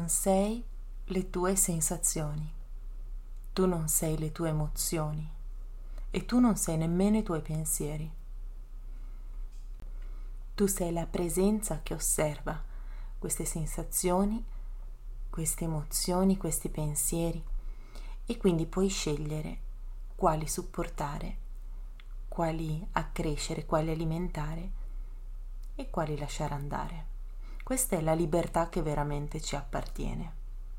non sei le tue sensazioni, tu non sei le tue emozioni e tu non sei nemmeno i tuoi pensieri. Tu sei la presenza che osserva queste sensazioni, queste emozioni, questi pensieri e quindi puoi scegliere quali supportare, quali accrescere, quali alimentare e quali lasciare andare. Questa è la libertà che veramente ci appartiene.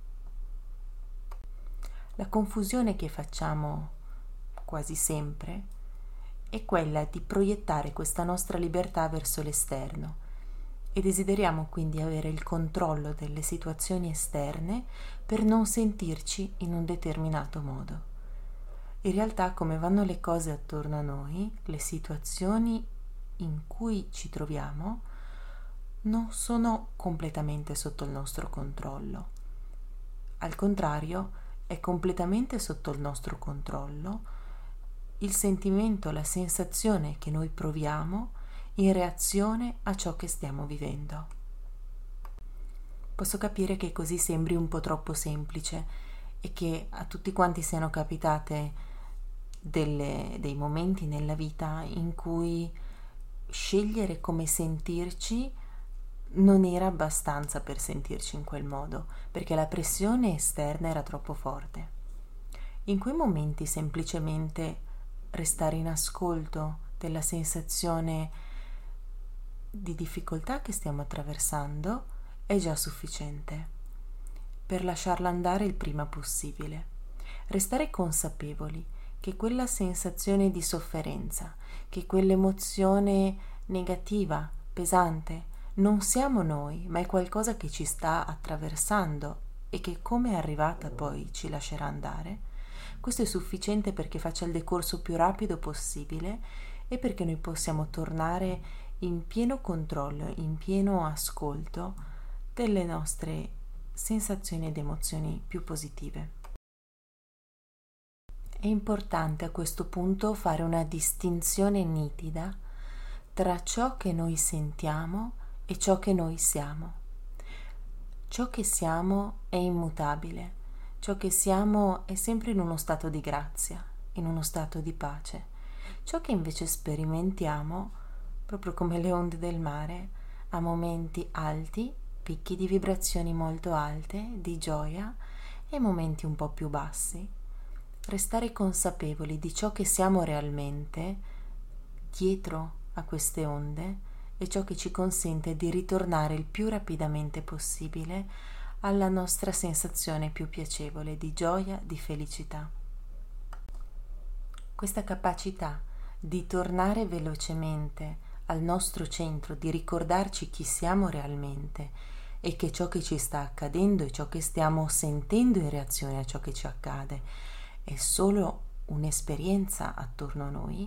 La confusione che facciamo quasi sempre è quella di proiettare questa nostra libertà verso l'esterno e desideriamo quindi avere il controllo delle situazioni esterne per non sentirci in un determinato modo. In realtà, come vanno le cose attorno a noi, le situazioni in cui ci troviamo non sono completamente sotto il nostro controllo. Al contrario, è completamente sotto il nostro controllo il sentimento, la sensazione che noi proviamo in reazione a ciò che stiamo vivendo. Posso capire che così sembri un po' troppo semplice e che a tutti quanti siano capitate dei momenti nella vita in cui scegliere come sentirci non era abbastanza per sentirci in quel modo, perché la pressione esterna era troppo forte. In quei momenti semplicemente restare in ascolto della sensazione di difficoltà che stiamo attraversando è già sufficiente per lasciarla andare il prima possibile. Restare consapevoli che quella sensazione di sofferenza, che quell'emozione negativa, pesante, non siamo noi, ma è qualcosa che ci sta attraversando e che come è arrivata poi ci lascerà andare. Questo è sufficiente perché faccia il decorso più rapido possibile e perché noi possiamo tornare in pieno controllo, in pieno ascolto delle nostre sensazioni ed emozioni più positive. È importante a questo punto fare una distinzione nitida tra ciò che noi sentiamo e ciò che noi siamo. Ciò che siamo è immutabile, ciò che siamo è sempre in uno stato di grazia, in uno stato di pace. Ciò che invece sperimentiamo, proprio come le onde del mare, ha momenti alti, picchi di vibrazioni molto alte, di gioia e momenti un po' più bassi. Restare consapevoli di ciò che siamo realmente dietro a queste onde è ciò che ci consente di ritornare il più rapidamente possibile alla nostra sensazione più piacevole di gioia, di felicità. Questa capacità di tornare velocemente al nostro centro, di ricordarci chi siamo realmente e che ciò che ci sta accadendo e ciò che stiamo sentendo in reazione a ciò che ci accade è solo un'esperienza attorno a noi,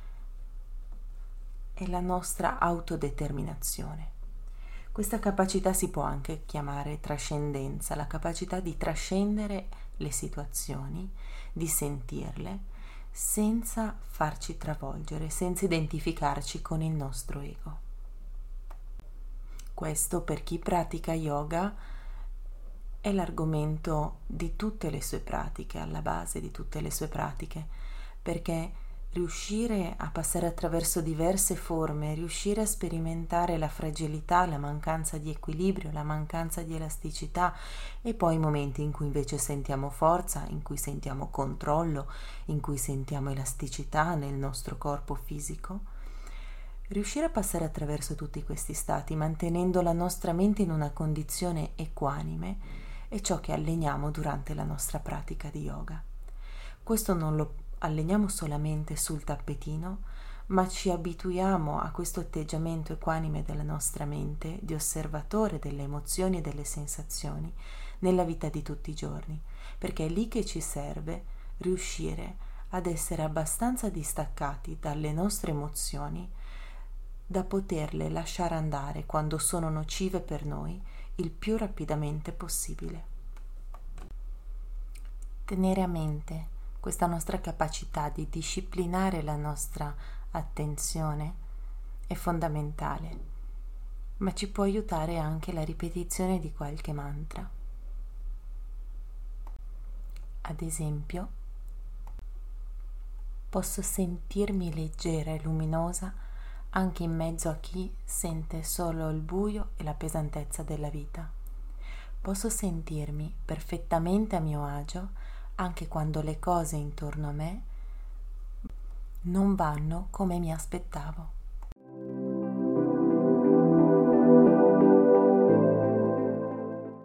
è la nostra autodeterminazione. Questa capacità si può anche chiamare trascendenza, la capacità di trascendere le situazioni, di sentirle, senza farci travolgere, senza identificarci con il nostro ego. Questo, per chi pratica yoga, è l'argomento di tutte le sue pratiche, alla base di tutte le sue pratiche, perché riuscire a passare attraverso diverse forme, riuscire a sperimentare la fragilità, la mancanza di equilibrio, la mancanza di elasticità e poi i momenti in cui invece sentiamo forza, in cui sentiamo controllo, in cui sentiamo elasticità nel nostro corpo fisico. Riuscire a passare attraverso tutti questi stati mantenendo la nostra mente in una condizione equanime è ciò che alleniamo durante la nostra pratica di yoga. Questo non lo alleniamo solamente sul tappetino, ma ci abituiamo a questo atteggiamento equanime della nostra mente, di osservatore delle emozioni e delle sensazioni nella vita di tutti i giorni, perché è lì che ci serve riuscire ad essere abbastanza distaccati dalle nostre emozioni da poterle lasciare andare quando sono nocive per noi il più rapidamente possibile. Tenere a mente questa nostra capacità di disciplinare la nostra attenzione è fondamentale, ma ci può aiutare anche la ripetizione di qualche mantra. Ad esempio, posso sentirmi leggera e luminosa anche in mezzo a chi sente solo il buio e la pesantezza della vita. Posso sentirmi perfettamente a mio agio anche quando le cose intorno a me non vanno come mi aspettavo.